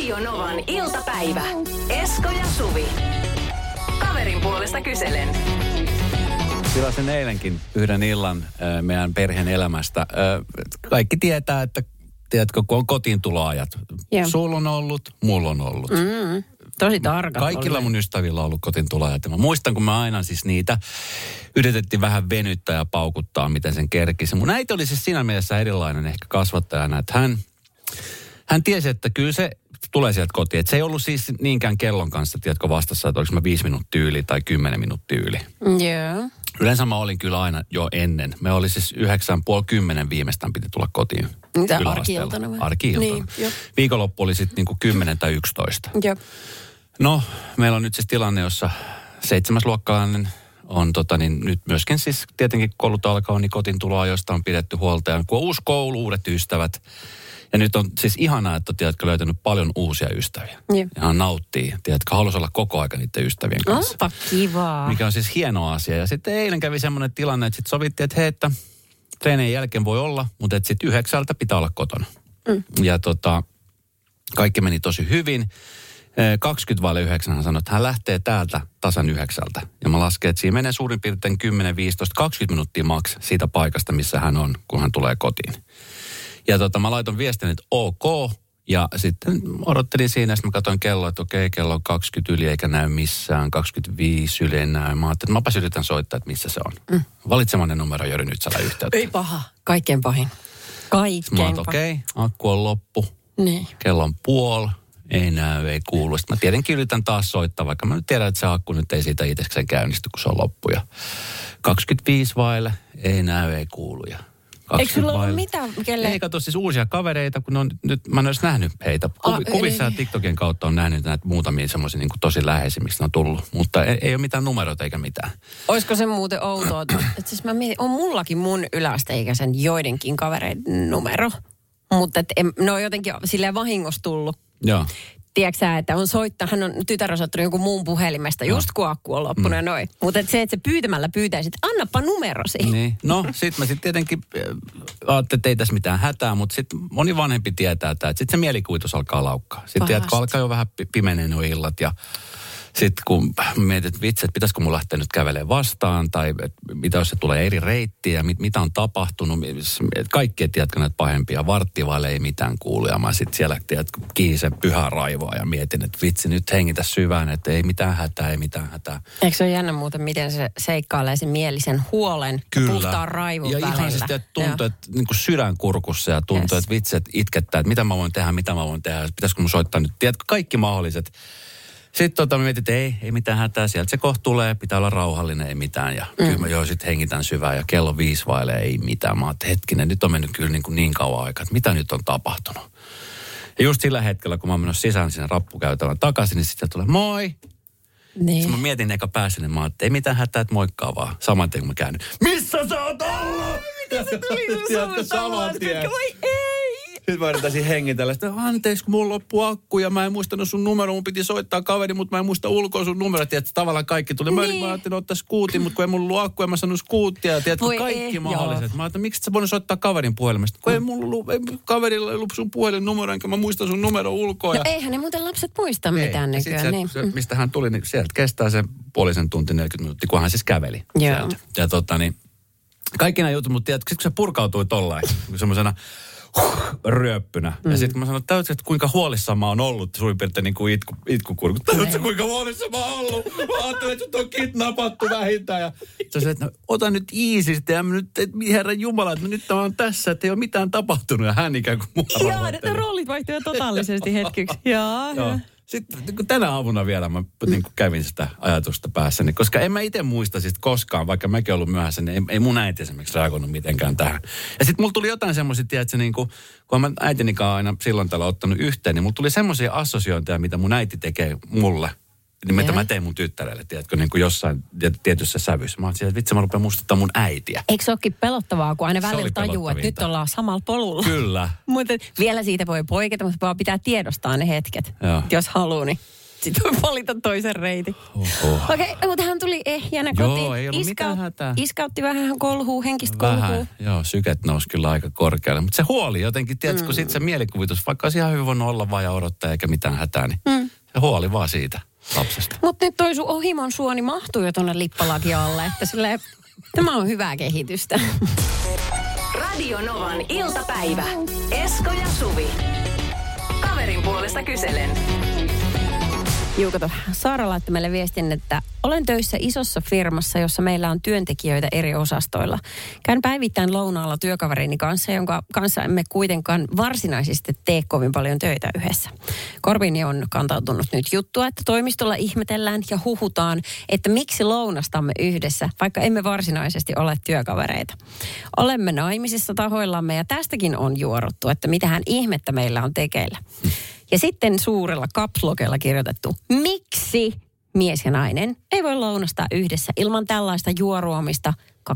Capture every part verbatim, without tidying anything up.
Radio Novan iltapäivä. Esko ja Suvi. Kaverin puolesta kyselen. Tilasin eilenkin yhden illan äh, meidän perheen elämästä. Äh, kaikki tietää, että tiedätkö, kun on kotiin tuloajat. Yeah. Sulla on ollut, mulla on ollut. Mm, tosi tarkat. Kaikilla mun ystävillä on ollut kotiin tuloajat. Mä muistan, kun mä aina siis niitä yritettiin vähän venyttää ja paukuttaa, miten sen kerkisi. Mun äiti oli siis siinä mielessä erilainen ehkä kasvattajana, että hän, hän tiesi, että kyllä se tulee sieltä kotiin. Että se ei ollut siis niinkään kellon kanssa, tiedätkö, vastassa, että oliko mä viisi minuuttia yli tai kymmenen minuuttia yli. Joo. Yeah. Yleensä mä olin kyllä aina jo ennen. Me oli siis yhdeksän, puoli kymmenen viimeistään piti tulla kotiin. Mitä, arki-iltana vai? Arki-iltana. Niin, viikonloppu oli sitten niinku kymmenen tai yksitoista. Joo. No, meillä on nyt siis tilanne, jossa seitsemäsluokkalainen on tota niin, nyt myöskin siis tietenkin koulut alkaa, niin kotiin tuloa, josta on pidetty huolta. Ja kun on uusi koulu, uudet ystävät. Ja nyt on siis ihanaa, että on, tiedätkö, löytänyt paljon uusia ystäviä. Jep. Ja hän nauttii, tiedätkö, haluaisi olla koko aika niiden ystävien kanssa. Onpa kivaa. Mikä on siis hieno asia. Ja sitten eilen kävi semmoinen tilanne, että sitten sovittiin, että hei, että treenien jälkeen voi olla, mutta että sitten yhdeksältä pitää olla kotona. Mm. Ja tota, kaikki meni tosi hyvin. kaksikymmentä vaille yhdeksän hän sanoi, että hän lähtee täältä tasan yhdeksältä. Ja mä lasken, että siinä menee suurin piirtein kymmenen, viisitoista, kaksikymmentä minuuttia maks siitä paikasta, missä hän on, kun hän tulee kotiin. Ja tota, mä laiton viestin, että ok. Ja sitten odottelin siinä, ja sitten mä katsoin kelloa, että okei, kello on kaksikymmentä yli, eikä näy missään, kaksikymmentäviisi yli ei näy. Mä ajattelin, että mäpäs yritän soittaa, että missä se on. Mm. Valitsemanne numero, Jori, nyt sä yhteyttä. Ei paha. Kaikkein pahin. Kaikkein pahin. Okei, okay, akku on loppu. Niin. Kello on puoli. Ei näy, ei kuulu. Sitten mä tietenkin yritän taas soittaa, vaikka mä nyt tiedän, että se akku nyt ei siitä itsekseen käynnisty, kun se on loppu. Ja kaksikymmentäviisi vaille, ei näy, ei kuulu. Ja eikö sulla ole mitään? Kelle? Ei, kato siis uusia kavereita, kun on, nyt mä en olisi nähnyt heitä. Kuvi, ah, kuvissa eli ja TikTokin kautta on nähnyt näitä muutamia semmoisia niin tosi läheisimmiksi ne on tullut. Mutta ei, ei ole mitään numeroita eikä mitään. Olisiko se muuten outoa? Että siis mä mietin, on mullakin mun yläasteikäisen joidenkin kavereiden numero. Mutta ne on jotenkin silleen vahingossa tullut. Joo. Tiedätkö sä, että on soittaa, hän on tytär osoittanut jonkun muun puhelimesta, just kun akku on loppunut mm. ja noin. Mutta se, että se pyytämällä pyytäisi, että annapa numerosi. Niin. No, sit mä sitten tietenkin ajattelin, että ei tässä mitään hätää, mutta sitten moni vanhempi tietää, että sitten se mielikuvitus alkaa laukkaa. Sitten tiedätkö, alkaa jo vähän pimenee nuo illat ja sitten kun mietit, että vitsi, että pitäisikö mun lähteä nyt kävelemään vastaan, tai mitä jos se tulee eri reittiä, mit, mitä on tapahtunut, kaikki tiedätkö näitä pahempia, varttivaille ei mitään kuulu, ja mä sitten siellä tiedätkö, kiisen pyhää raivoa ja mietin, että vitsi, nyt hengitä syvään, että ei mitään hätää, ei mitään hätää. Eikö se ole jännä muuten, miten se seikkailee sen mielisen huolen ja puhtaan raivon ja välillä? Ja ihan siis, että tuntuu, että niin kuin sydän kurkussa ja tuntuu, yes. että vitsi, että itkettää, että mitä mä voin tehdä, mitä mä voin tehdä, pitäisikö mun soittaa nyt, tiedätkö, kaikki mahdolliset. Sitten tota, mä mietin, että ei, ei mitään hätää. Sieltä se kohta tulee, pitää olla rauhallinen, ei mitään. Ja mm. kyllä mä joo sitten hengitän syvään ja kello viisi vaille, ei mitään. Mä ajattelin, hetkinen, nyt on mennyt kyllä niin, kuin niin kauan aikaa, että mitä nyt on tapahtunut. Ja just sillä hetkellä, kun mä oon mennyt sisään sinne rappukäytävän takaisin, niin sitten tulee moi. Niin. Sitten mä mietin eikä pääsin, niin mä ajattelin, että ei mitään hätää, että moikkaa vaan. Saman tien kun mä käännyn. Missä sä oot ollut? Mitä se tuli sun saman tien? Voi ei! Sitten mä yritäisin hengitellä. Sitten anteeksi, kun mulla loppuu akku ja mä en muistanut sun numero. Mun piti soittaa kaveri, mutta mä en muista ulkoa sun numero. Tiedätkö, tavallaan kaikki tuli. Niin. Mä ajattelin ottaa skuutin, mutta kun ei mulla ollut akku ja mä sanoin skuuttia. Tiedätkö, voi kaikki ei, mahdolliset. Joo. Mä ajattelin, miksi et sä voinut soittaa kaverin puhelimesta? Kun mm. ei mulla ollut, ei, kaverilla ei ollut sun puhelin numero, enkä mä muistan sun numero ulkoa. No ja eihän ne muuten lapset muista ei. Mitään nykyään. Se, niin. se, mistä hän tuli, niin sieltä kestää se puolisen tunti, neljäkymmentä minuuttia, kun hän siis käveli. Joo. Ja tota niin, kaikki nämä jutut, mutta tiedätkö, kun se purkautui tollain, semmoisena ryöppynä. Mm. Ja sitten kun mä sanoin, että, että kuinka huolissaan mä oon ollut, suurin piirtein niin kuin itku, itkukurku. Täytytkö kuinka huolissaan mä oon ollut? Mä ajattelin, että sut on kidnappattu vähintään. Ja se on että no, ota nyt iisisti ja nyt, että herran jumala, että nyt mä oon tässä, että ei ole mitään tapahtunut. Ja hän ikään kuin mua joo, ne roolit vaihtuivat totaalisesti hetkeksi. Joo, joo. Sitten kun tänä aamuna vielä mä niin kuin kävin sitä ajatusta päässäni, koska en mä itse muista siis koskaan, vaikka mäkin ollut myöhässä, niin ei, ei mun äiti esimerkiksi reagoinut mitenkään tähän. Ja sitten mulla tuli jotain semmoisia, tiedätkö, niin kuin, kun mä äitinikaan aina silloin tällä ottanut yhteen, niin mulla tuli semmoisia assosiointeja, mitä mun äiti tekee mulle. Niin mitä mä teen mun tyttärelle, tiedätkö, niin kuin jossain tietyssä sävyssä. Mä oon että vitsi, mä rupean muistuttaa mun äitiä. Eikö se olekin pelottavaa, kun aina välillä tajuu, että nyt ollaan samalla polulla? Kyllä. Mutta vielä siitä voi poiketa, mutta vaan pitää tiedostaa ne hetket, joo. Jos haluaa. Niin. Sitten voi valita toisen reitin. Oho. Okei, okay, mutta hän tuli ehjänä Joo, kotiin. ei ollut Iska, mitään hätää. Iskautti vähän kolhuu, henkistä Vähän, kolhuu. joo, syket nousi kyllä aika korkealle. Mutta se huoli jotenkin, tiedätkö, mm. kun sitten se mielikuvitus, vaikka olisi ihan hyvin voinut olla vaan ja odottaa eikä mitään hätää, niin mm. se huoli vaan siitä lapsesta. Mutta nyt toi sun ohimon suoni mahtuu jo tonne lippalakin alle, että silleen, tämä on hyvää kehitystä. Radio Novan iltapäivä. Esko ja Suvi. Kaverin puolesta kyselen. Juu, kato, Saara laittoi meille viestin, että olen töissä isossa firmassa, jossa meillä on työntekijöitä eri osastoilla. Käyn päivittäin lounaalla työkaverini kanssa, jonka kanssa emme kuitenkaan varsinaisesti tee kovin paljon töitä yhdessä. Korviini on kantautunut nyt juttua, että toimistolla ihmetellään ja huhutaan, että miksi lounastamme yhdessä, vaikka emme varsinaisesti ole työkavereita. Olemme naimisissa tahoillamme ja tästäkin on juoruttu, että mitähän ihmettä meillä on tekeillä. Ja sitten suurella kapslokella kirjoitettu, miksi mies ja nainen ei voi lounastaa yhdessä ilman tällaista juoruamista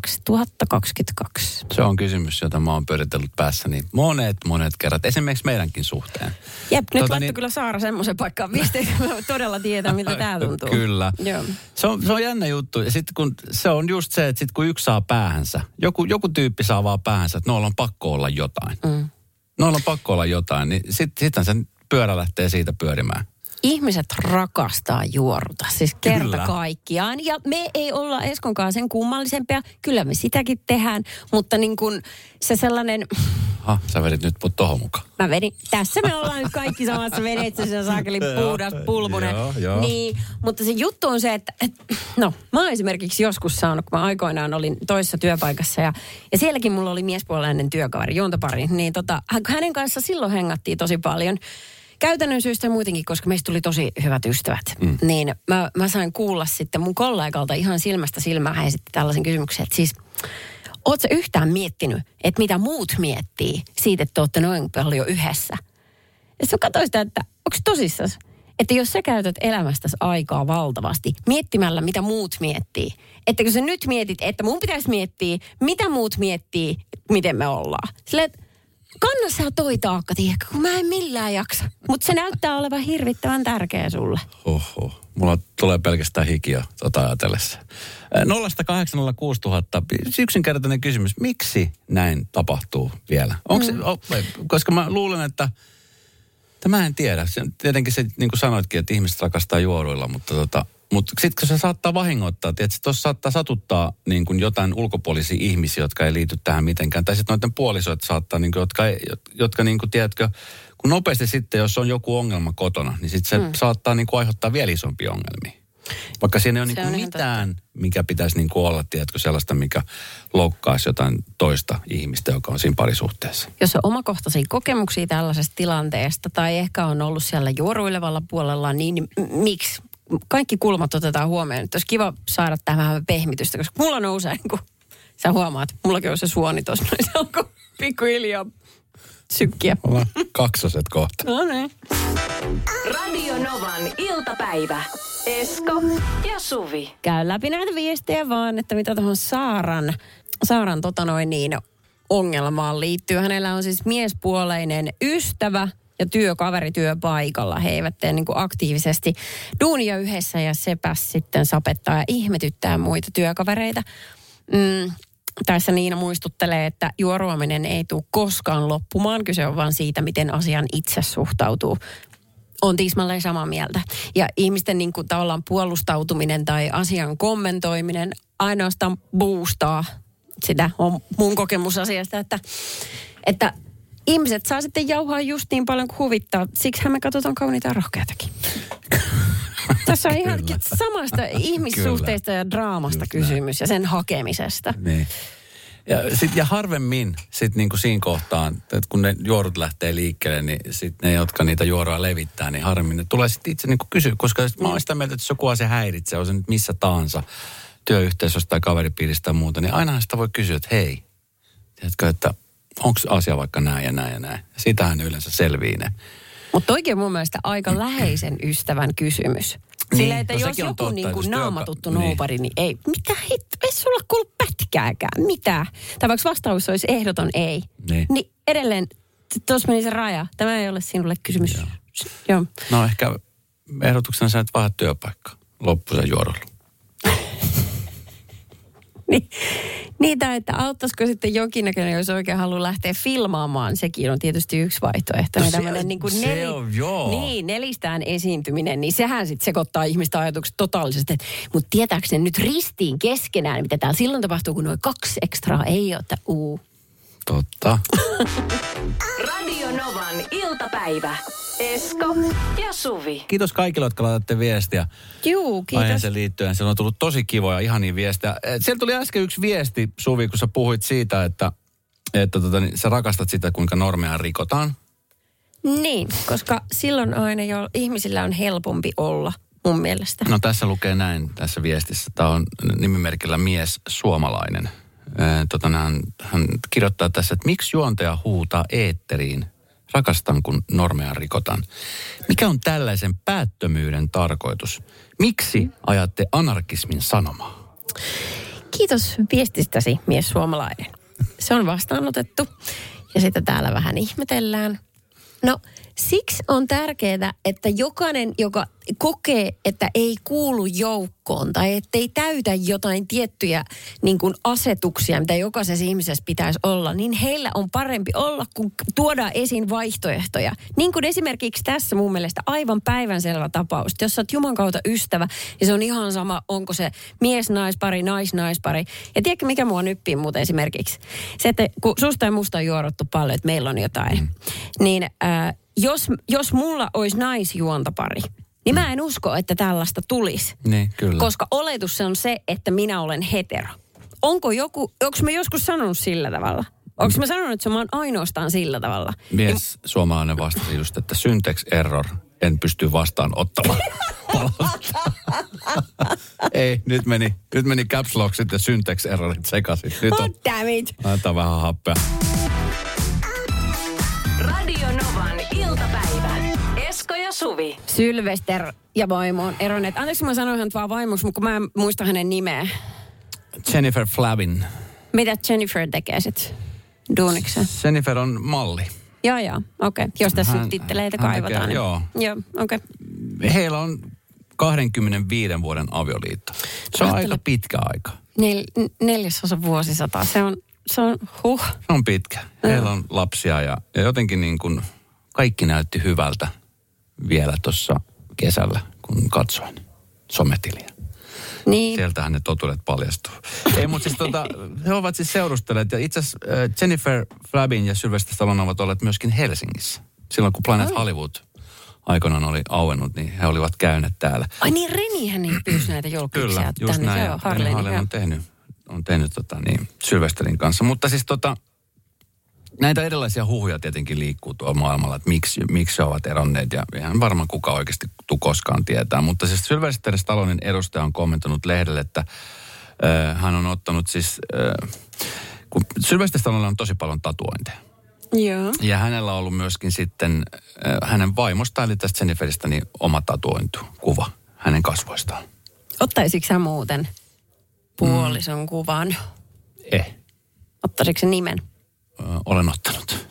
kaksituhattakaksikymmentäkaksi. Se on kysymys, jota mä oon pyöritellyt päässäni monet, monet kerrat. Esimerkiksi meidänkin suhteen. Jep, nyt tuota, laittoi niin... kyllä Saara semmoisen paikkaan viestiin, että mä todella tietää, miltä tää tuntuu. Kyllä. Joo. Se on, se on jännä juttu. Ja sitten kun se on just se, että sit kun yksi saa päähänsä, joku, joku tyyppi saa vaan päähänsä, että noilla on pakko olla jotain. Mm. Noilla on pakko olla jotain, niin sitten sit sen pyörä lähtee siitä pyörimään. Ihmiset rakastaa juoruta, siis kerta kaikkiaan. Ja me ei olla Eskonkaan sen kummallisempia. Kyllä me sitäkin tehdään, mutta niin kuin se sellainen... Ha, sä vedit nyt tohon mukaan. Mä vedin. Tässä me ollaan nyt kaikki samassa veneessä, se saakeli puhdas pulmunen. Joo, joo. Niin, mutta se juttu on se, että... Et, no, mä oon esimerkiksi joskus saanut, kun mä aikoinaan olin toisessa työpaikassa ja, ja sielläkin mulla oli miespuolinen työkaveri, juontopari. Niin tota, hänen kanssa silloin hengattiin tosi paljon. Käytännön syystä muutenkin, koska meistä tuli tosi hyvät ystävät, mm. niin mä, mä sain kuulla sitten mun kollegalta ihan silmästä silmään, hän esitti tällaisen kysymyksen, että siis, ootko sä yhtään miettinyt, että mitä muut miettii siitä, että te ootte noin paljon yhdessä? Ja sitten mä katsoin sitä, että onko tosissaan, että jos sä käytät elämästäsi aikaa valtavasti miettimällä, mitä muut miettii, että kun sä nyt mietit, että mun pitäisi miettiä, mitä muut miettii, miten me ollaan. Silleen, kanna sä toi taakka, tiedätkö, kun mä en millään jaksa. Mutta se näyttää olevan hirvittävän tärkeä sulle. Oho, mulla tulee pelkästään hikiä tota ajatellessa. nolla kahdeksan nolla kuusi tuhatta, yksinkertainen kysymys. Miksi näin tapahtuu vielä? Onko se, mm. o, koska mä luulen, että, että mä en tiedä. Se, tietenkin se, niin kuin sanoitkin, että ihmiset rakastaa juoruilla, mutta tota, Mutta sitten kun se saattaa vahingoittaa, tietysti tuossa saattaa satuttaa niin kuin jotain ulkopuolisia ihmisiä, jotka ei liity tähän mitenkään. Tai sitten noiden puolisoita saattaa, niin kuin, jotka, jotka niin kuin, tiedätkö, kun nopeasti sitten, jos on joku ongelma kotona, niin sitten se mm. saattaa niin kuin aiheuttaa vielä isompia ongelmia. Vaikka siinä ei ole niin kuin mitään, totta. mikä pitäisi niin kuin olla, tiedätkö, sellaista, mikä loukkaisi jotain toista ihmistä, joka on siinä parisuhteessa. Jos on omakohtaisia kokemuksia tällaisesta tilanteesta, tai ehkä on ollut siellä juoruilevalla puolella, niin, niin miksi? Kaikki kulmat otetaan huomioon. Nyt olisi kiva saada tähän vähän pehmitystä, koska mulla nousee, kun sä huomaat, mullakin on se suoni tuossa, niin se alkoi pikkuhiljaa sykkiä. Ollaan kaksoset kohta. No niin. Radio Novan iltapäivä. Esko ja Suvi. Käy läpi näitä viestejä vaan, että mitä tuohon Saaran, Saaran tota noin niin, ongelmaan liittyy. Hänellä on siis miespuoleinen ystävä ja työkaveri työpaikalla. He eivät tee niin kuin aktiivisesti duunia yhdessä ja sepäs sitten sapettaa ja ihmetyttää muita työkavereita. Mm, tässä Niina muistuttelee, että juoruaminen ei tule koskaan loppumaan. Kyse on vaan siitä, miten asian itse suhtautuu. On tismalleen samaa mieltä. Ja ihmisten niin kuin tavallaan puolustautuminen tai asian kommentoiminen ainoastaan boostaa sitä. On mun kokemus asiasta, että, että ihmiset saa sitten jauhaa just niin paljon kuin huvittaa. Siksihän me katsotaan kauniita ja rohkeatakin. Tässä on ihan samasta ihmissuhteista ja draamasta just kysymys näin. Ja sen hakemisesta. Niin. Ja, sit, ja harvemmin sit niinku siinä kohtaan, että kun ne juorut lähtee liikkeelle, niin sit ne, jotka niitä juoroa levittää, niin harvemmin ne tulee sitten itse niinku kysyä. Koska mm. mä oon sitä mieltä, että jos joku asia häiritsee, on se nyt missä tahansa, työyhteisössä tai kaveripiiristä tai muuta, niin ainahan sitä voi kysyä, että hei, tiedätkö, että onko asia vaikka näin ja näin ja näin. Ja sitähän yleensä selvii ne. Mutta oikein mun mielestä aika läheisen ystävän kysymys. Sillä, niin, että no jos joku totta, niin kuin naamatuttu työka... nobody, niin ei, mitä hitto, ei sulla kuulu pätkääkään, mitä? Tai vaikka vastaus olisi ehdoton ei. Niin, niin edelleen, tuossa meni se raja. Tämä ei ole sinulle kysymys. Joo. Joo. No ehkä ehdotuksena sä et vaihda työpaikkaa loppuisen juorulla. Niin, niitä, että auttaisiko sitten jonkinnäköinen, jos oikein haluaa lähteä filmaamaan, sekin on tietysti yksi vaihtoehto. No niin se, tämmöinen niin kuin se neli, on, joo. Niin, nelistään esiintyminen, niin sehän sitten sekoittaa ihmistä ajatukset totaalisesti. Mutta tietääkö ne nyt ristiin keskenään, mitä täällä silloin tapahtuu, kun noin kaksi ekstraa ei ole, että uu. Totta. Radio Novan iltapäivä. Esko ja Suvi. Kiitos kaikille, jotka laitatte viestiä. Juu, kiitos. Aiheeseen liittyen. Siellä on tullut tosi kivoja, ihania viestejä. Sieltä tuli äsken yksi viesti, Suvi, kun sä puhuit siitä, että, että tota, niin sä rakastat sitä, kuinka normeja rikotaan. Niin, koska silloin aina jo ihmisillä on helpompi olla, mun mielestä. No tässä lukee näin tässä viestissä. Tämä on nimimerkillä mies suomalainen. Tota, hän, hän kirjoittaa tässä, että miksi juontaja huutaa eetteriin? Rakastan, kun normeja rikotaan. Mikä on tällaisen päättömyyden tarkoitus? Miksi ajatte anarkismin sanomaa? Kiitos viestistäsi, mies suomalainen. Se on vastaanotettu ja sitä täällä vähän ihmetellään. No, siksi on tärkeää, että jokainen, joka kokee, että ei kuulu joukkoon tai ettei täytä jotain tiettyjä niin kuin asetuksia, mitä jokaisessa ihmisessä pitäisi olla, niin heillä on parempi olla, kun tuodaan esiin vaihtoehtoja. Niin kuin esimerkiksi tässä mun mielestä aivan päivänselvä tapaus. Jos sä oot Juman kautta ystävä, niin se on ihan sama, onko se mies-naispari, nais-naispari. Ja tiedätkö, mikä mua nyppii muuten esimerkiksi? Se, että kun susta ja musta on juorottu paljon, että meillä on jotain, mm. niin äh, jos, jos mulla olisi naisjuontapari, niin mä en usko, että tällaista tulisi. Niin, kyllä. Koska oletus se on se, että minä olen hetero. Onko joku, onko mä joskus sanonut sillä tavalla? Onko mä sanonut, että se on ainoastaan sillä tavalla? Mies niin, suomalainen vastasi just, että syntax error, en pysty vastaan ottamaan palautetta. Ei, nyt meni, nyt meni caps locksit ja syntax errorit sekaisin. Nyt on, oh, damn it. Antaa vähän happea. Radio Novan iltapäivä. Esko ja Suvi. Sylvester ja vaimo on eronneet. Anteeksi, mä sanoin hän vaan vaimoksi, mutta kun mä en muista hänen nimeä. Jennifer Flavin. Mitä Jennifer tekee sitten duunikseen? Jennifer on malli. Joo, joo, okei. Okay. Jos tässä subtitteleitä kaivataan. Tekee, niin. Joo. Joo, okei. Okay. Heillä on kaksikymmentäviisi vuoden avioliitto. Se on aika pitkä aika. Nel, neljäsosa vuosisataa. Se on, se on huh. Se on pitkä. Heillä on lapsia ja, ja jotenkin niin kuin kaikki näytti hyvältä vielä tuossa kesällä, kun katsoin sometiliä. Niin. Sieltähän ne totuudet paljastuu. Ei, mutta siis tota, he ovat siis seurustelleet. Ja itse asiassa äh, Jennifer Flavin ja Sylvester Stallone ovat olleet myöskin Helsingissä. Silloin kun Planet oh. Hollywood aikanaan oli auennut, niin he olivat käyneet täällä. Ai niin, Renihän niin pyysi näitä julkiksia. Kyllä, just tänne. Näin. Joo, Harley, Harley on tehnyt, on tehnyt tota, niin, Sylvesterin kanssa. Mutta siis tota, näitä erilaisia huhuja tietenkin liikkuu tuolla maailmalla, että miksi, miksi he ovat eronneet. Ja eihän varmaan kuka oikeasti tu koskaan tietää. Mutta siis Sylvester Stallonen edustaja on kommentoinut lehdelle, että äh, hän on ottanut siis, äh, kun Sylvester Stallone on tosi paljon tatuointeja. Joo. Ja hänellä on ollut myöskin sitten äh, hänen vaimostaan, eli tästä Jenniferistä, niin oma tatuointu kuva hänen kasvoistaan. Ottaisitko sä muuten puolison mm. kuvan? Eh. Ottaisitko se nimen? Ö, olen ottanut.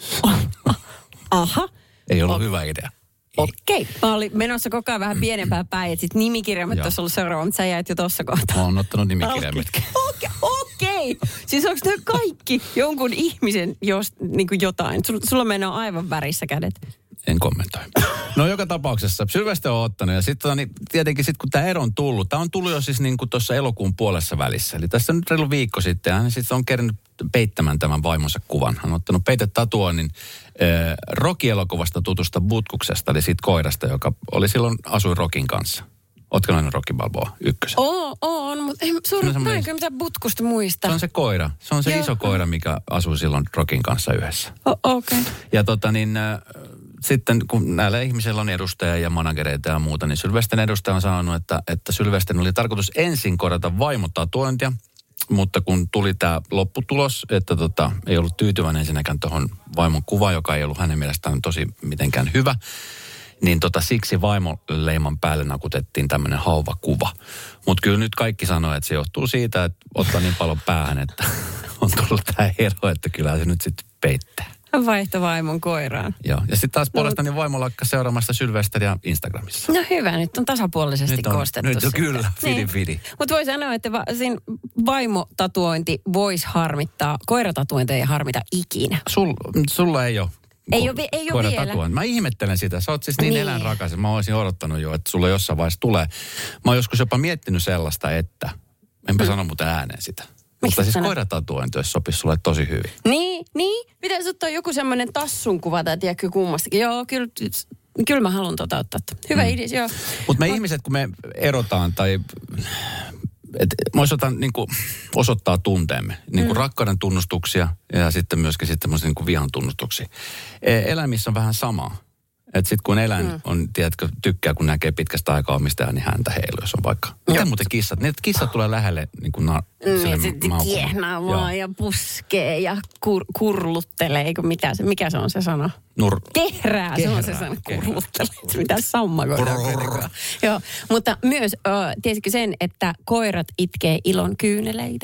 Aha. Ei ollut o- hyvä idea. Okei. Okay. Mä olin menossa koko ajan vähän pienempään päin, että sitten nimikirjaimet olisi ollut seuraava, mutta sä jäit jo tuossa kohtaa. Mä oon ottanut nimikirjaimetkin. Okei. Okay. Okay. Siis onko ne kaikki jonkun ihmisen jos, niin kuin jotain? Sul, sulla menee aivan värissä kädet. En kommentoi. No joka tapauksessa Sylvester on ottanut ja sitten niin, tietenkin sit, kun tämä ero on tullut, tämä on tullut jo siis niin kuin tuossa elokuun puolessa välissä. Eli tässä on nyt reilu viikko sitten ja hän sitten on kerännyt peittämään tämän vaimonsa kuvan. Hän on ottanut peitetatuoinnin äh, Rocky-elokuvasta tutusta Butkuksesta, eli siitä koirasta, joka oli silloin asui Rockin kanssa. Ootko nähnyt Rocky Balboa ykkösen? Oo, on, mutta ei suurin mä enkä mitään Butkusta muista. Se on se koira. Se on se Joo. iso koira, mikä asui silloin Rockin kanssa yhdessä. Okei. Okay. Ja tota niin... Äh, Sitten kun näillä ihmisillä on edustajia ja managereita ja muuta, niin Sylvesterin edustaja on sanonut, että, että Sylvesterin oli tarkoitus ensin korjata vaimotatuointia, mutta kun tuli tämä lopputulos, että tota, ei ollut tyytyväinen ensinnäkään tuohon vaimon kuvaan, joka ei ollut hänen mielestään tosi mitenkään hyvä, niin tota, siksi vaimoleiman päälle nakutettiin tämmöinen hauvakuva. Mutta kyllä nyt kaikki sanoo, että se johtuu siitä, että ottaa niin paljon päähän, että on tullut tämä ero, että kyllä se nyt sitten peittää. Hän vaihtoi vaimon koiraan. Joo. Ja sitten taas puolestani vaimo lakkas seuraamassa Sylvesteria Instagramissa. No hyvä, nyt on tasapuolisesti nyt on, koostettu. Nyt on kyllä, fidi niin. fidi. Mutta voi sanoa, että va, siinä vaimotatuointi voisi harmittaa. Koiratatuointi ei harmita ikinä. Sul, sulla ei ole. Ei ole, ei ole vielä. Tatuointi. Mä ihmettelen sitä. Sä oot siis niin, niin. eläinrakas. Mä olisin odottanut jo, että sulla jossain vaiheessa tulee. Mä oon joskus jopa miettinyt sellaista, että... Enpä mm. sano muuten ääneen sitä. Miksi mutta siis koiratatuointi olisi sopisi sulle tosi hyvin. Niin, niin. Pitäisi ottaa joku semmoinen tassun kuva tai tiedätkö kummastakin. Joo, kyllä, kyllä mä haluan tota ottaa. Hyvä mm. idea, joo. Mutta me Mut... ihmiset, kun me erotaan tai... Et mä osoitan niin kuin, osoittaa tunteemme, niin kuin mm. rakkauden tunnustuksia ja sitten myöskin sitten niin kuin vihan tunnustuksia. Eläimissä on vähän samaa. Että sitten kun eläin mm. on, tiedätkö, tykkää, kun näkee pitkästä aikaa omistajaa, niin häntä heilu, jos on vaikka. Miten muuten kissat? Niin, kissat tulee lähelle niin kuin na- mm, sitten kiehnaa vaan ja puskee ja kur- kurluttelee, eikö mitä se, mikä se on se sana? Nur... Kehrää, se on se sana, kurluttelee. Mitä sammakoidaan. Joo, mutta myös, äh, tiesitkö sen, että koirat itkee ilon kyyneleitä?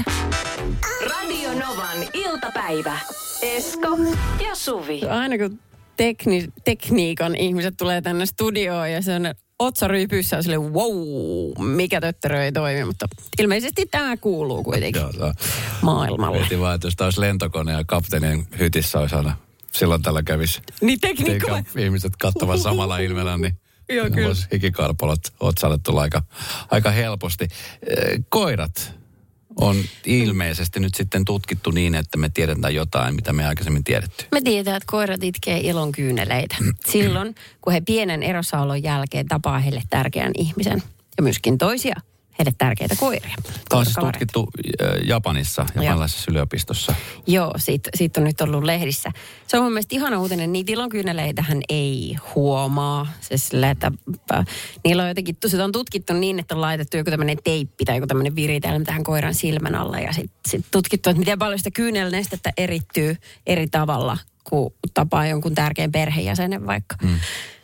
Radio Novan iltapäivä. Esko ja Suvi. Aina kun tekni, tekniikan ihmiset tulee tänne studioon ja se on otsaryypyssä on silleen, wow, mikä töttörö ei toimi, mutta ilmeisesti tämä kuuluu kuitenkin Joo, se maailmalle. Mietin vaan, että jos tämä olisi lentokone ja kapteenin hytissä olisi aina, silloin tällä kävisi niin tekniikka. Ihmiset kattavat samalla ilmellä, niin Joo, kyllä. voisi hikikarpalot otsalle tulla aika, aika helposti. Koirat on ilmeisesti nyt sitten tutkittu niin, että me tiedetään jotain, mitä me ei aikaisemmin tiedetty. Me tiedetään, että koirat itkee ilon kyyneleitä. Silloin, kun he pienen erossaolon jälkeen tapaa heille tärkeän ihmisen. Ja myöskin toisia heille tärkeitä koiria. Tämä on siis tutkittu Japanissa, japanilaisessa yliopistossa. Joo, siitä, siitä on nyt ollut lehdissä. Se on mun mielestä ihana uutinen. Niitä ilonkyyneleitä hän ei huomaa. Se sillä, että äh, niillä on jotenkin, se on tutkittu niin, että on laitettu joku tämmöinen teippi tai joku tämmöinen viritelmä tähän koiran silmän alla. Ja sitten sit tutkittu, että miten paljon sitä kyynelnestettä erittyy eri tavalla, kun tapaa jonkun tärkeän perheenjäsenen vaikka. Mm.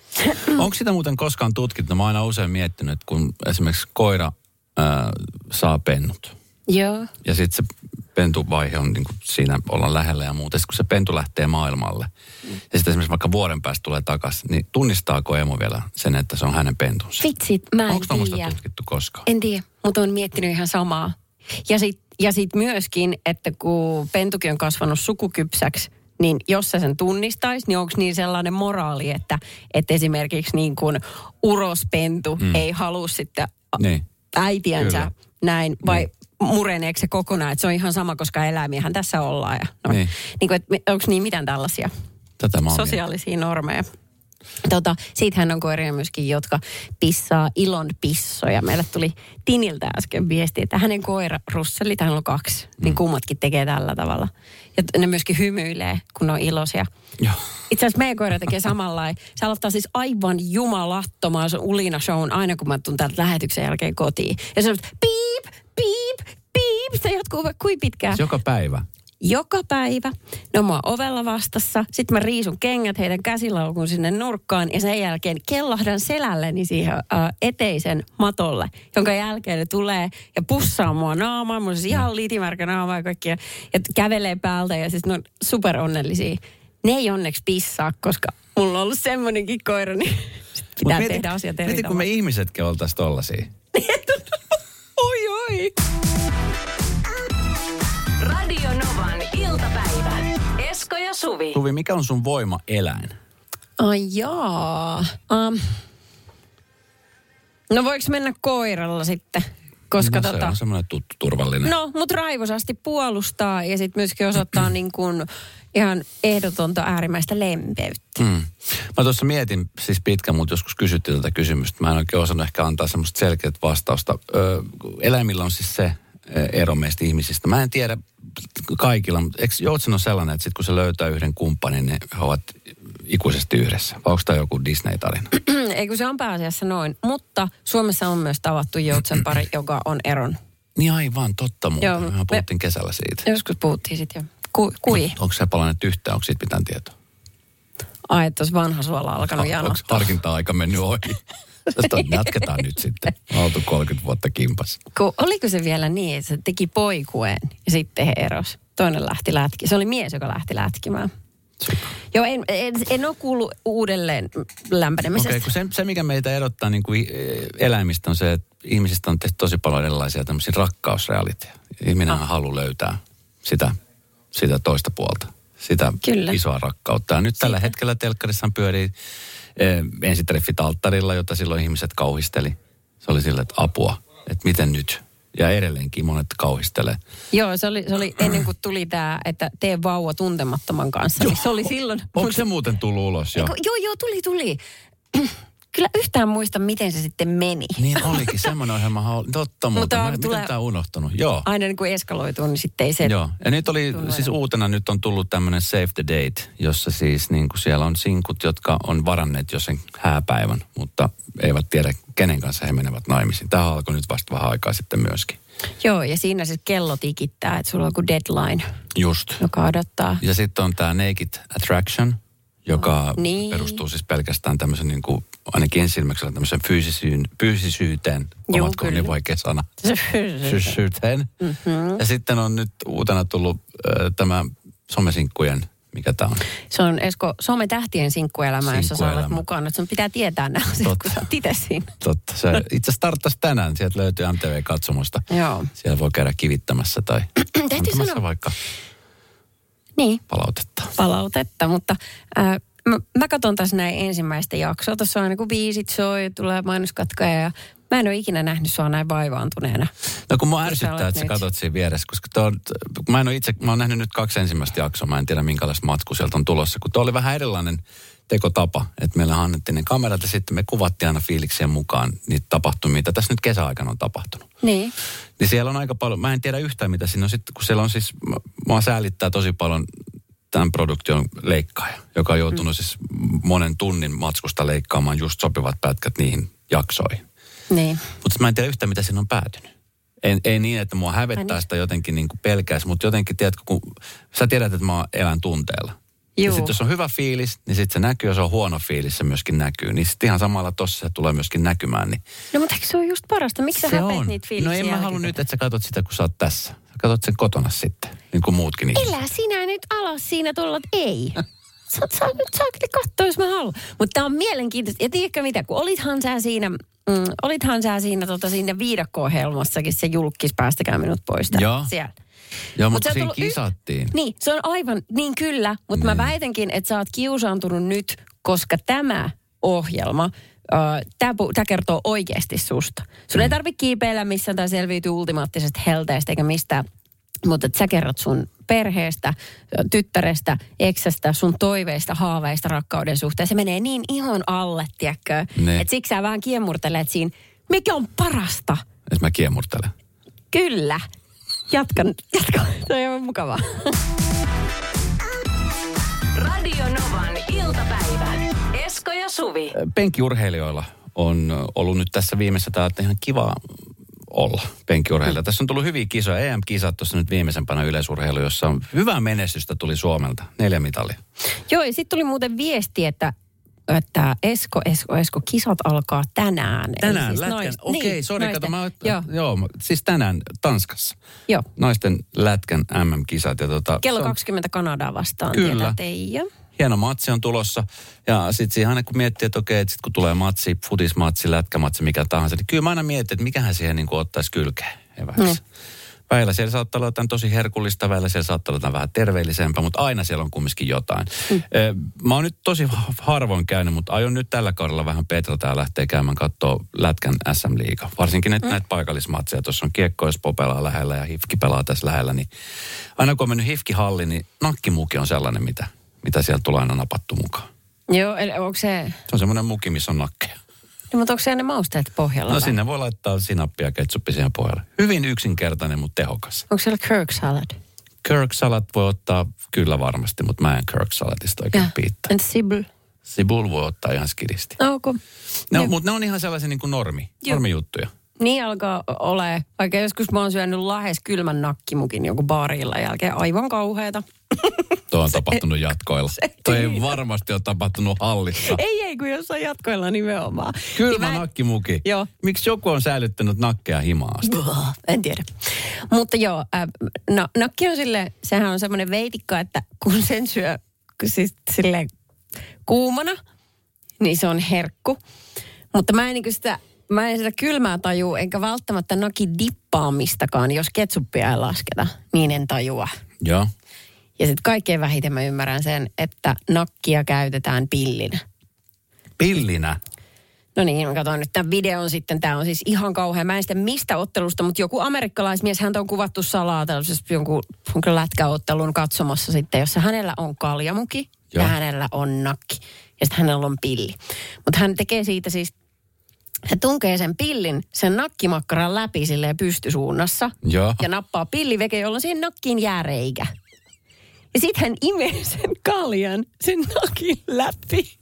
Onko sitä muuten koskaan tutkittu? Mä oon aina usein miettinyt, että kun esimerkiksi koira Ää, saa pennut. Joo. Ja sitten se pentuvaihe on niin kuin siinä olla lähellä ja muuta. Sitten kun se pentu lähtee maailmalle mm. ja sitten esimerkiksi vaikka vuoden päästä tulee takaisin, niin tunnistaako emo vielä sen, että se on hänen pentunsa? Vitsit, mä en Onko tuommoista tiedä. tutkittu koskaan? En tiedä, mutta olen miettinyt ihan samaa. Ja sitten ja sit myöskin, että kun pentukin on kasvanut sukukypsäksi, niin jos se sen tunnistaisi, niin onko niin sellainen moraali, että, että esimerkiksi niin kuin urospentu mm. ei halua sitten... Niin. äitiänsä Kyllä. näin, vai niin. mureneeko se kokonaan, että se on ihan sama, koska eläimiähän tässä ollaan. Ja, no, niin. Niin kuin, että onko niin mitään tällaisia Tätä mä sosiaalisia normeja? Tota, siitähän on koiria myöskin, jotka pissaa ilon pissoja. Meille tuli Tiniltä äsken viesti, että hänen koira Russeli, hänellä on kaksi, mm. niin kummatkin tekee tällä tavalla. Ja ne myöskin hymyilee, kun ne on iloisia. Joo. Itse asiassa meidän koira tekee samanlainen. Se aloittaa siis aivan jumalattomaan ulina-shown aina, kun mä tuun täältä lähetyksen jälkeen kotiin. Ja se on piip, piip, piip. Se jatkuu vaikka kuin pitkään. Joka päivä. Joka päivä. Ne on mua ovella vastassa. Sitten mä riisun kengät, heidän käsilaukun sinne nurkkaan. Ja sen jälkeen kellahdan selälleni siihen äh, eteisen matolle. Jonka jälkeen ne tulee ja pussaa mua naamaan. Mun on siis ihan liitimärkä naama ja kaikkia. Ja kävelee päältä ja siis ne on super onnellisia. Ne ei onneksi pissaa, koska mulla on ollut semmoinenkin koira, niin pitää mieti, tehdä asiat eri mieti, kun me ihmisetkin oltaisiin tollaisia. oi, oi. Radio Novan iltapäivä. Esko ja Suvi. Suvi, mikä on sun voima-eläin? Ai jaa. Um, no voiko mennä koiralla sitten? Koska no, se tota, on semmoinen tuttu, turvallinen. No, mutta raivosasti puolustaa ja sitten myöskin osoittaa niin kuin ihan ehdotonta äärimmäistä lempeyttä. Mm. Mä tuossa mietin siis pitkään, mutta joskus kysyttiin tätä kysymystä. Mä en oikein osannut ehkä antaa semmoista selkeät vastausta. Ö, eläimillä on siis se ero meistä ihmisistä. Mä en tiedä kaikilla, mutta eikö Joutsen ole sellainen, että sit kun se löytää yhden kumppanin, niin he ovat ikuisesti yhdessä? Vai onko tämä joku Disney-tarina? Ei kun se on pääasiassa noin. Mutta Suomessa on myös tavattu Joutsen pari, joka on eron. Niin aivan, totta muuten. Joo, mehän puhuttiin me, kesällä siitä. Joskus puhuttiin sitten jo. Ku, kui? No, onko se palannut yhtään? Onko siitä mitään tietoa? Ai, että olisi vanha suola alkanut ha, janottaa. Onko harkinta-aika mennyt ohi? Jatketaan nyt sitten. Mä oltu kolmekymmentä vuotta kimpas. Ku, oliko se vielä niin, että se teki poikueen ja sitten he eros? Toinen lähti lätki. Se oli mies, joka lähti lätkimään. Joo, en, en, en ole kuullut uudelleen lämpenemisestä. Okei, okay, kun se, se, mikä meitä erottaa niin kuin eläimistä on se, että ihmisistä on tehty tosi paljon erilaisia tämmöisiä rakkausrealiteja. Ihminenhän ah. haluaa löytää sitä, sitä toista puolta, sitä Kyllä. isoa rakkautta. Ja nyt Siitä. tällä hetkellä telkkarissaan pyörii eh, ensitreffit alttarilla, jota silloin ihmiset kauhisteli. Se oli sille, että apua, että miten nyt? Ja edelleenkin monet kauhistelee. Joo, se oli, se oli ennen kuin tuli tämä, että tee vauva tuntemattoman kanssa. Niin se oli silloin. Onko se muuten tullut ulos jo? Eiku, joo, joo, tuli, tuli. Kyllä yhtään muista, miten se sitten meni. Niin olikin, semmoinen ohjelma. Totta muuta. Mä, tulee... Miten tämä on unohtunut? Joo. Aina niin kuin eskaloituu, niin sitten ei se... Joo, ja nyt oli, tunnu siis uutena nyt on tullut tämmöinen Save the Date, jossa siis niin kuin siellä on sinkut, jotka on varanneet jo sen hääpäivän, mutta eivät tiedä, kenen kanssa he menevät naimisiin. Tämä alkoi nyt vasta vähän aikaa sitten myöskin. Joo, ja siinä siis kello tikittää, että sulla on joku deadline. Just. Joka odottaa. Ja sitten on tämä Naked Attraction, joka oh, niin. perustuu siis pelkästään tämmöisen niin kuin, ainakin ensimmäisenä tämmöisen fyysisyyteen, fyysisyyteen, omatko niin vaikea sana, fyysisyyteen. Mm-hmm. Ja sitten on nyt uutena tullut äh, tämä somesinkkujen, mikä tämä on? Se on Esko sometähtien sinkkuelämä, jossa sä olet mukana. Että sun pitää tietää nämä asiat, kun sä oot itse siinä. Totta. Se itse starttasi tänään. Sieltä löytyy M T V-katsomusta. Joo. Siellä voi käydä kivittämässä tai antamassa sanoa... vaikka niin. palautetta. Palautetta, mutta äh, mä, mä katson tässä näin ensimmäistä jaksoa. Tuossa on aina kun biisit soi, tulee mainoskatkoja ja mä en ole ikinä nähnyt sua näin vaivaantuneena. No kun mua ärsyttää, että sä katot siinä vieressä, koska on, mä en ole itse, mä oon nähnyt nyt kaksi ensimmäistä jaksoa, mä en tiedä minkälaista matku sieltä on tulossa, kun tuo oli vähän erilainen tekotapa, että meillä annettiin ne kamerat ja sitten me kuvattiin aina fiiliksien mukaan niitä tapahtumia, mitä tässä nyt kesäaikana on tapahtunut. Niin. Niin siellä on aika paljon, mä en tiedä yhtään mitä siinä on sitten, kun siellä on siis, mua säälittää tosi paljon tämän produktion leikkaaja, joka on joutunut mm. siis monen tunnin matskusta leikkaamaan just sopivat pätkät niihin jaksoihin. Niin. Mutta mä en tiedä yhtään, mitä siinä on päätynyt. Ei, ei niin, että mua hävettää niin. sitä jotenkin niin kuin pelkäisi, mutta jotenkin, tiedätkö, kun sä tiedät, että mä elän tunteella. Juu. Ja sitten jos on hyvä fiilis, niin sitten se näkyy, jos on huono fiilis, se myöskin näkyy. Niin sitten ihan samalla tossa se tulee myöskin näkymään. Niin... No mutta eikö se ole just parasta? Miksi sä häpeät niitä fiiliksiä? No en mä halua nyt, että sä katsot sitä, kun sä oot tässä. Sä katsot sen kotona sitten, niin kuin muutkin ihmiset. Elä sinä nyt alas siinä tuolla, että ei. Sä, sä nyt saa kyllä katsoa, jos mä haluan. Mutta tää on mielenkiintoista. Ja tiedätkö mitä, kun olithan sä siinä, mm, olithan sä siinä tota, siinä viidakko-ohjelmassakin se julkis, päästäkää minut pois Joo. siellä. Joo, mutta mut siinä kisattiin. Y- niin, se on aivan niin kyllä, mutta niin. Mä väitänkin, että sä oot kiusaantunut nyt, koska tämä ohjelma, äh, tämä kertoo oikeasti susta. Sun mm. ei tarvitse kiipeillä missään tai selviytyä ultimaattisesta helteestä eikä mistään. Mutta sä kerrot sun perheestä, tyttärestä, eksästä, sun toiveista, haaveista rakkauden suhteen. Se menee niin ihon alle, tiedätkö? Että siksi sä vähän kiemurtelet siinä, mikä on parasta. Et mä kiemurtelen. Kyllä. Jatkan, jatkan. Se on mukavaa. Radio Novan iltapäivä. Esko ja Suvi. Penkkiurheilijoilla on ollut nyt tässä viimeisessä tää, että ihan kiva olla penkkiurheilija. Mm. Tässä on tullut hyviä kisoja. E M-kisat tuossa nyt viimeisempänä yleisurheilu, jossa on hyvää menestystä tuli Suomelta. Neljä mitalia. Joo, ja sitten tuli muuten viesti, että että Esko, Esko, Esko, kisat alkaa tänään. Tänään, siis lätkän. Noist, Okei, okay, niin, sori, kato, mä, joo. joo, siis tänään Tanskassa. Joo. Naisten lätkän M M-kisat. Ja tota, kello kaksikymmentä Kanadaa vastaan. Kyllä. Teija. Hieno matsi on tulossa. Ja sitten siihen aina kun miettii, että okei, että sit kun tulee matsi, futismatsi, lätkämatsi, mikä tahansa, niin kyllä mä aina mietin, että mikähän siihen niin kuin ottaisi kylkeen eväksi. Mm. Väillä siellä saattaa olla jotain tosi herkullista, väillä siellä saattaa olla jotain vähän terveellisempää, mutta aina siellä on kumminkin jotain. Mm. Mä oon nyt tosi harvoin käynyt, mutta aion nyt tällä kaudella vähän petrata ja lähteä käymään katsoa lätkän S M-liiga. Varsinkin mm. näitä paikallismatseja. Tuossa on Kiekko Espoo pelaa lähellä ja Hifki pelaa tässä lähellä. Niin aina kun on mennyt Hifki-halliin, niin nakkimuki on sellainen, mitä, mitä sieltä tulee aina napattu mukaan. Joo, eli onko se... Se on semmoinen muki, missä on nakkeja. No, mutta onko siellä ne mausteet pohjalla? No vai? Sinne voi laittaa sinappia ja ketsuppi siihen pohjalle. Hyvin yksinkertainen, mutta tehokas. Onko siellä Kirk salad? Kirk salad voi ottaa kyllä varmasti, mutta mä en Kirk saladista oikein piittaa. Entä sibul? Sibul voi ottaa ihan skidisti. Okay. No, mutta ne on ihan sellaisia niin kuin normi, normijuttuja. Niin alkaa ole. Vaikka joskus mä oon syönyt lahes kylmän nakkimukin joku baarilla jälkeen. Aivan kauheata. Tuo on tapahtunut jatkoilla. Tuo ei varmasti ole tapahtunut hallissa. Ei, ei, kun jossain jatkoilla nimenomaan. Kylmä niin nakkimuki. Joo. Miksi joku on säilyttänyt nakkeja himaasta? En tiedä. Mutta joo, äh, no, nakki on sille, sehän on semmoinen veitikka, että kun sen syö siis silleen kuumana, niin se on herkku. Mutta mä en, niin sitä, mä en sitä kylmää tajua, enkä välttämättä nakin dippaamistakaan, jos ketsuppia ei lasketa, niin en tajua. Joo. Ja sitten kaikkein vähiten mä ymmärrän sen, että nakkia käytetään pillinä. Pillinä? No niin, mä katson nyt tämän videon sitten. Tämä on siis ihan kauhea. Mä en sitä mistä ottelusta, mutta joku amerikkalaismies, häntä on kuvattu salaa tällaisessa jonkun, jonkun lätkäottelun katsomassa sitten, jossa hänellä on kaljamuki ja, ja hänellä on nakki. Ja sitten hänellä on pilli. Mutta hän tekee siitä siis, hän tunkee sen pillin sen nakkimakkaran läpi silleen pystysuunnassa. Ja, ja nappaa pilliveke, jolla siihen nakkiin jää reikä. Ja sitten hän imee sen kaljan sen nakin läpi.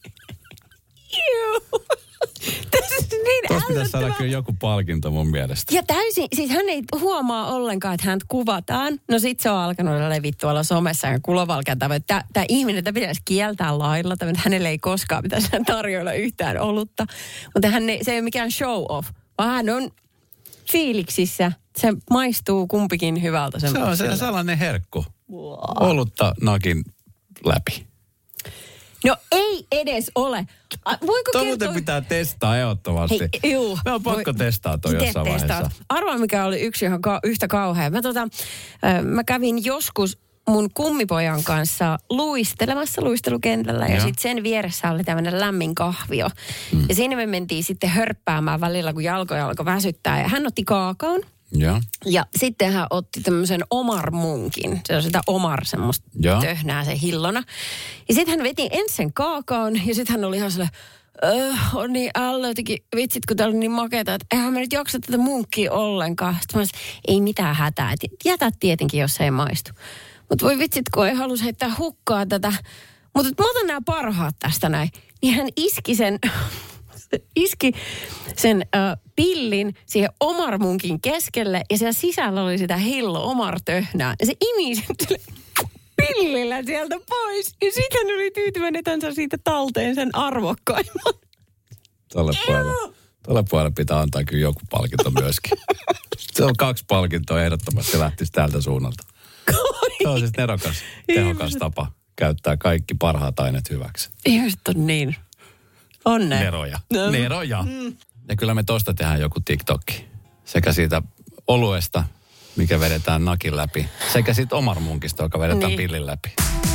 Juu. Tässä on niin tuossa pitäisi saada kyllä joku palkinto mun mielestä. Ja täysin, siis hän ei huomaa ollenkaan, että häntä kuvataan. No sit se on alkanut levittyä tuolla somessa ja kulovalkea. Tämä ihminen, että pitäisi kieltää lailla. Tämä, hänelle ei koskaan pitäisi tarjoilla yhtään olutta. Mutta hän ei, se ei ole mikään show off, vaan hän on fiiliksissä. Se maistuu kumpikin hyvältä. Se on se sellainen herkku. Wow. Olutta nakin läpi. No ei edes ole. A, voiko Tuo kertoa? pitää testaa ehdottomasti. Hei, juu. Me on pakko Voi, testaa toi jossain vaiheessa. Arvaa, mikä oli yksi ihan ka- yhtä kauhea. Mä, tota, äh, mä kävin joskus mun kummipojan kanssa luistelemassa luistelukentällä ja, ja sitten sen vieressä oli tämmöinen lämmin kahvio. Mm. Ja siinä me mentiin sitten hörppäämään välillä, kun jalkoja alkoi väsyttää. Ja hän otti kaakaon. Ja, ja sitten hän otti tämmöisen Omar-munkin. Se on sitä Omar semmoista ja. töhnää se hillona. Ja sitten hän veti ensin sen kaakaon ja sitten hän oli ihan silleen, öö, on niin ällö jotenkin, vitsit kun täällä on niin makeata, että eihän mä nyt jaksa tätä munkkia ollenkaan. Sitten mä olisin, ei mitään hätää, jätä tietenkin, jos se ei maistu. Mutta voi vitsit, kun ei halus heittää hukkaa tätä. Mutta mä otan nämä parhaat tästä näin. Niin hän iski sen... iski sen äh, pillin siihen Omar-munkin keskelle ja siellä sisällä oli sitä hillo Omar-töhnää. Ja se imi sen pillillä sieltä pois. Ja sitten hän oli tyytyväinen, että hän saa siitä talteen sen arvokkaimman. Tuolle puolelle, tuolle puolelle pitää antaa kyllä joku palkinto myöskin. Se on kaksi palkintoa ehdottomasti, se lähtisi täältä suunnalta. Se on siis nerokas, tehokas tapa käyttää kaikki parhaat aineet hyväksi. Ihmiset on niin... Onne. Neroja. No. Neroja. Mm. Ja kyllä me tosta tehdään joku TikTokki. Sekä siitä oluesta, mikä vedetään nakin läpi, sekä siitä Omar-munkista, joka vedetään niin. pillin läpi.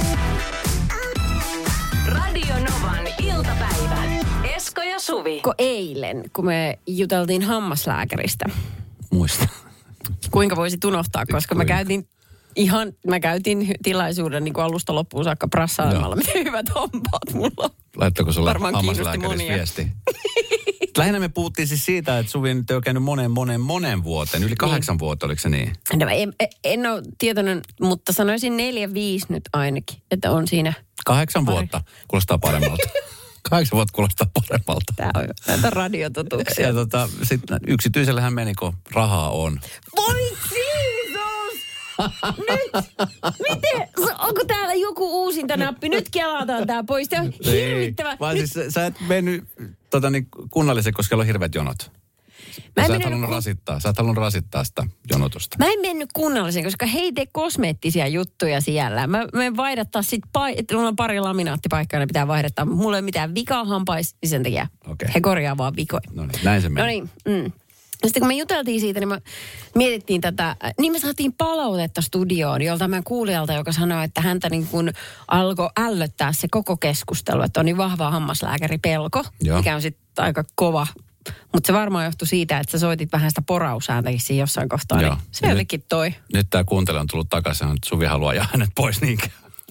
Radio Novan iltapäivä. Esko ja Suvi. Ko eilen, kun me juteltiin hammaslääkäristä. Muista. Kuinka voisit unohtaa, koska mä käytin ihan, mä käytin tilaisuuden niin kuin alusta loppuun saakka prassailemalla, miten hyvät hampaat mulla on. Laittako sulle hammaslääkäristä viesti? Lähinnä me puhuttiin siis siitä, että Suvi nyt ei ole käynyt monen, monen, monen vuoteen. Yli kahdeksan niin. vuotta, oliko se niin? No, en, en ole tietoinen, mutta sanoisin neljä, viisi nyt ainakin, että on siinä. Kahdeksan pari. vuotta kuulostaa paremmalta. Kahdeksan vuotta kuulostaa paremmalta. Tämä on näitä radiototuksia. Ja tota, sitten yksityisellähän meni, kun rahaa on. Voi Jeesus! Nyt! Miten? Onko täällä joku uusinta nappi? Nyt kelataan tää pois. Tämä on hirvittävä. Vaan siis sä et mennyt tota, niin, kunnallisen, koska on hirveät jonot. Mä sä et halunnut kun... rasittaa. Sä et halunnut rasittaa sitä jonotusta. Mä en mennyt kunnallisen, koska he ei tee kosmeettisia juttuja siellä. Mä menen vaihdattaa sit, pa- että mulla on pari laminaattipaikkaa, ne pitää vaihdattaa. Mulla ei ole mitään vikaa hampais, niin sen takia okay. He korjaa vaan vikoja. No niin, näin se meni. No niin, mm. Sitten kun me juteltiin siitä, niin me mietittiin tätä, niin me saatiin palautetta studioon joltain kuulijalta, joka sanoi, että häntä niin kuin alkoi ällöttää se koko keskustelu, että on niin vahva hammaslääkäripelko, Joo. mikä on sitten aika kova. Mutta se varmaan johtui siitä, että sä soitit vähän sitä poraussääntäkin siinä jossain kohtaa, Joo. niin se jotenkin toi. Nyt tämä kuuntelija on tullut takaisin, että Suvi haluaa ajaa hänet pois niinkään.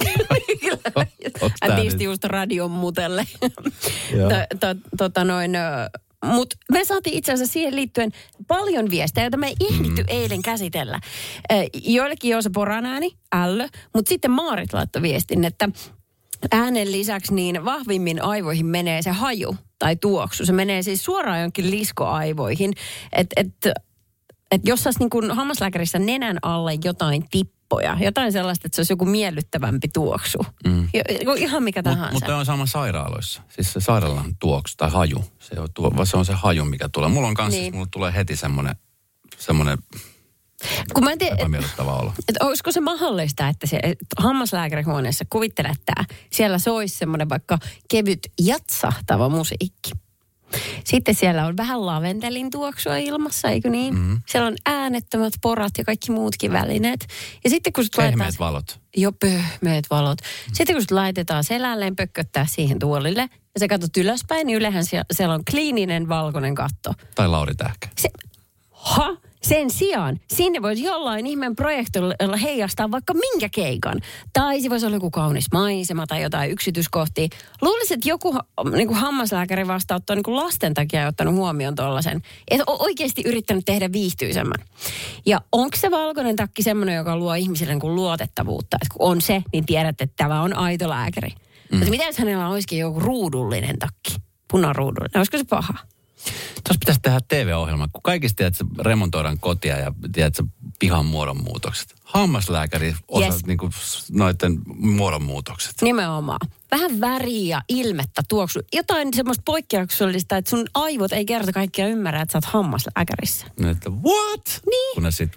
Hän pisti just radion mutelle. Tota noin... Mutta me saatiin itse asiassa siihen liittyen paljon viestejä, joita me ei ehditty mm. eilen käsitellä. Joillekin joo se poran ääni, ällö, mutta sitten Maarit laittoi viestin, että äänen lisäksi niin vahvimmin aivoihin menee se haju tai tuoksu. Se menee siis suoraan jonkin liskoaivoihin. Että et, et jos saisi niin kuin hammaslääkärissä nenän alle jotain tippoja, jotain sellaista, että se olisi joku miellyttävämpi tuoksu. Mm. Ihan mikä tahansa. Mutta Mut on sama sairaaloissa. Siis se sairaalan tuoksu tai haju. Se on, tuo, se on se haju, mikä tulee. Mulla on kanssa, niin. mulla tulee heti semmoinen, semmoinen Kun mä en tiedä, epämiellyttävä olo. Että olisiko se mahdollista, että se et hammaslääkärihuoneessa, kuvittele, että siellä soisi semmoinen vaikka kevyt jatsahtava musiikki. Sitten siellä on vähän laventelin tuoksua ilmassa, eikö niin? Mm-hmm. Siellä on äänettömät porat ja kaikki muutkin välineet. Ja sitten kun sut pehmeät laitetaan... valot. Jo pehmeät valot. Mm-hmm. Sitten kun sut laitetaan selälleen pökköttää siihen tuolille, ja sä katsot ylöspäin, niin yleensä siellä, siellä on kliininen valkoinen katto. Tai Lauri Tähkä. Se... Ha? Sen sijaan sinne voisi jollain ihmeen projektilla heijastaa vaikka minkä keikan. Tai se voisi olla joku kaunis maisema tai jotain yksityiskohtia. Luulisin, että joku niin kuin hammaslääkäri vastaanotto niin kuin lasten takia ottanut huomioon tollaisen. Että on oikeasti yrittänyt tehdä viihtyisemmän. Ja onko se valkoinen takki semmoinen, joka luo ihmisille niin kuin luotettavuutta? Että kun on se, niin tiedät, että tämä on aito lääkäri. Mm. Mutta mitä jos hänellä olisikin joku ruudullinen takki? Punaruudullinen. Olisiko se paha? Tuossa pitäisi tehdä T V-ohjelma, kun kaikista tiedät, että remontoidaan kotia ja tiedät, että pihan muodonmuutokset. Hammaslääkäri osaa yes. niin kuin noiden muodonmuutokset. Nimenomaan. Vähän väriä ja ilmettä tuoksu. Jotain semmoista poikkeuksellista, että sun aivot ei kerta kaikkiaan ymmärrä, että sä oot hammaslääkärissä. No, että what? Niin. Kun ne sit...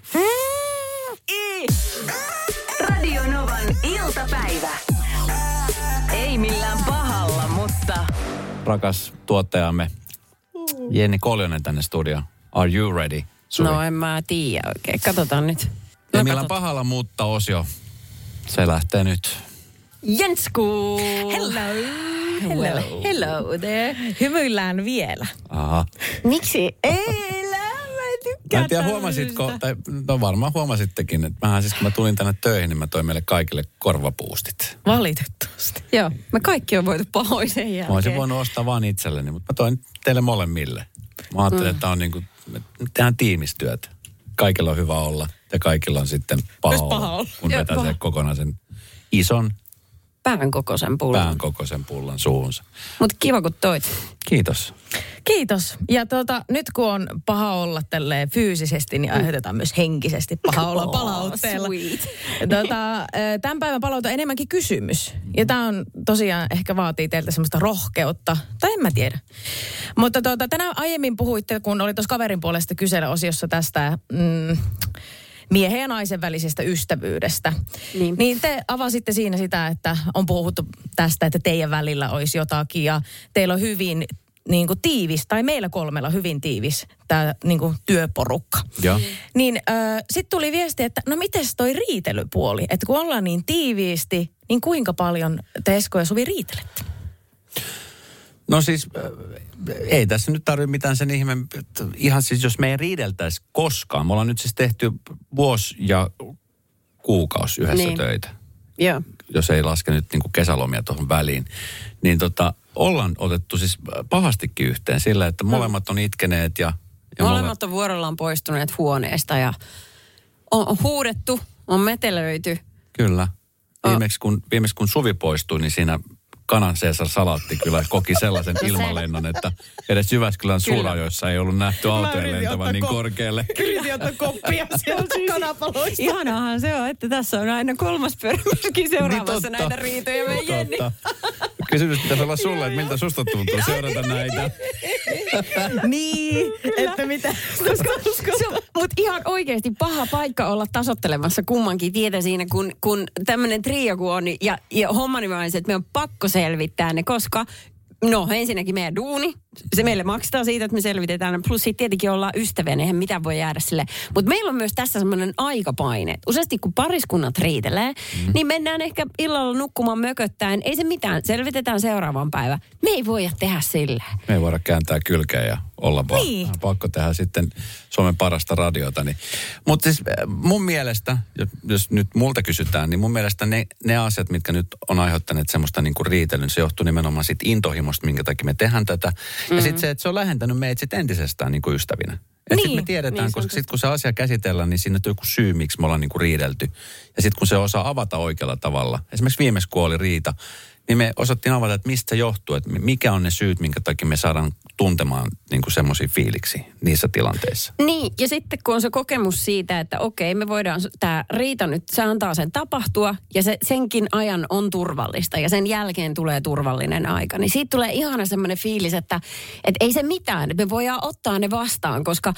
Radio Novan iltapäivä. Ei millään pahalla, mutta... Rakas tuottajamme Jenni Koljonen tänne studioon. Are you ready, Suvi? No en mä tiedä oikein. Katsotaan nyt. Ei millään pahalla, mutta osio. Se lähtee nyt. Jensku! Hello. Hello. Well, hello there. Hymyillään vielä. Aha. Miksi? Ei, mä en tykkää. Mä en tiedä, huomasitko, tai no varmaan huomasittekin, että mähän siis kun mä tulin tänne töihin, niin mä toin meille kaikille korvapuustit. Valitettavasti. Joo, me kaikki on voitu pahoin sen jälkeen. Mä olisin voinut ostaa vaan itselleni, mutta mä toin teille molemmille. Mä ajattelin, mm. että on niin kuin, me tehdään tiimistyötä. Kaikilla on hyvä olla ja kaikilla on sitten paha olla, paha olla. Kun vetää se kokonaan sen ison pään kokoisen pullan. Pään kokoisen pullan suuhunsa. Mutta kiva kun toit. Kiitos. Kiitos. Ja tuota, nyt kun on paha olla tälleen fyysisesti, niin aiheutetaan myös henkisesti paha olla palautteella. Oh, tuota, tämän päivän palaute on enemmänkin kysymys. Ja tämä on tosiaan ehkä vaatii teiltä semmoista rohkeutta. Tai en mä tiedä. Mutta tuota, tänään aiemmin puhuitte, kun oli tuossa kaverin puolesta kysely-osiossa tästä... Mm, miehen ja naisen välisestä ystävyydestä. Niin. niin te avasitte siinä sitä, että on puhuttu tästä, että teidän välillä olisi jotakin ja teillä on hyvin niin kuin tiivis, tai meillä kolmella hyvin tiivis tämä niin kuin työporukka. Ja. Niin äh, sitten tuli viesti, että no mites toi riitelypuoli, että kun ollaan niin tiiviisti, niin kuinka paljon te Esko ja Suvi riitelette? No siis ei tässä nyt tarvitse mitään sen ihme, ihan siis jos me ei riideltäisi koskaan. Me ollaan nyt siis tehty vuosi ja kuukausi yhdessä niin. töitä. Joo. Jos ei laske nyt niin kuin kesälomia tuohon väliin. Niin tota, ollaan otettu siis pahastikin yhteen sillä, että molemmat on itkeneet ja... ja molemmat mole... on vuorollaan poistuneet huoneesta ja on huudettu, on metelöity. Kyllä. Viimeksi kun, viimeksi kun Suvi poistui, niin siinä... Kanan Caesar salaatti kyllä koki sellaisen ilmalennon, että edes Jyväskylän suurajoissa ei ollut nähty autojen lentävän niin korkealle. Yritin ottaa koppia sieltä kanapaloista. Ihanahan se on, että tässä on aina kolmas pörmäskin seuraavassa niin näitä riitoja meidän Jenni. Kysymys pitäisi olla sulle, että miltä susta tuntuu seurata näitä. Niin, että mitä. Mutta ihan oikeasti paha paikka olla tasoittelemassa kummankin tietä siinä, kun, kun tämmöinen trio kun on. Ja, ja hommani vaan se, että me on pakko selvittää ne, koska no ensinnäkin meidän duuni, se meille maksetaan siitä, että me selvitetään. Plus sitten tietenkin ollaan ystäviä, eihän mitään voi jäädä sille. Mutta meillä on myös tässä semmoinen aikapaine. Useasti kun pariskunnat riitelee, mm. niin mennään ehkä illalla nukkumaan mököttäen. Ei se mitään, selvitetään seuraavan päivän. Me ei voida tehdä silleen. Me ei voida kääntää kylkeä ja olla vaan. Niin. Pakko tehdä sitten Suomen parasta radiota. Niin. Mutta siis mun mielestä, jos nyt multa kysytään, niin mun mielestä ne, ne asiat, mitkä nyt on aiheuttaneet semmoista niinku riitelyn, se johtuu nimenomaan siitä intohimosta, minkä takia me tehdään tätä. Ja sitten se, että se on lähentänyt meitä sitten entisestään niin kuin ystävinä. Että niin, sitten me tiedetään, niin, koska sitten kun se asia käsitellään, niin siinä on joku syy, miksi me ollaan niin kuin riidelty. Ja sitten kun se osaa avata oikealla tavalla, esimerkiksi viimeis kun oli riita, niin me osattiin avata, että mistä se johtuu, että mikä on ne syyt, minkä takia me saadaan tuntemaan niin kuin semmoisia fiiliksi niissä tilanteissa. Niin, ja sitten kun on se kokemus siitä, että okei, me voidaan, tämä riita nyt, se antaa sen tapahtua, ja se, senkin ajan on turvallista, ja sen jälkeen tulee turvallinen aika. Niin siitä tulee ihana semmoinen fiilis, että, että ei se mitään, että me voidaan ottaa ne vastaan, koska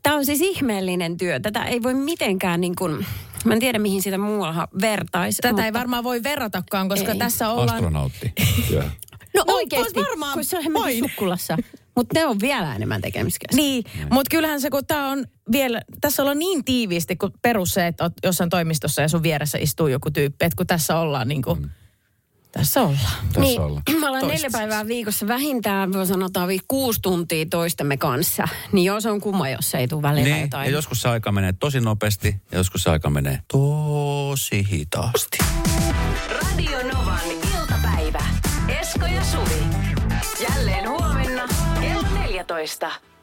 Tämä on siis ihmeellinen työ. Tätä ei voi mitenkään niin kuin, mä en tiedä mihin sitä muualla vertaisi. Tätä mutta... ei varmaan voi verratakaan, koska ei. tässä ollaan... Astronautti. Työ. No, No, oikeasti, varmaan kun se on hemmetin sukkulassa. Mutta ne on vielä enemmän tekemistä. Niin, mutta kyllähän se, kun tämä on vielä, tässä ollaan niin tiiviisti kuin perus se, että oot jossain toimistossa ja sun vieressä istuu joku tyyppi, että kun tässä ollaan niin kuin, mm. tässä ollaan. Tässä niin, ollaan. me ollaan neljä päivää viikossa vähintään, voi sanotaan vi- kuusi tuntia toistemme kanssa. Niin joo, se on kumma, jos se ei tule välillä Niin, jotain. ja joskus se aika menee tosi nopeasti ja joskus se aika menee tosi hitaasti. Radio Novan iltapäivä. Esko ja Suvi. Jälleen huomenna kello neljätoista.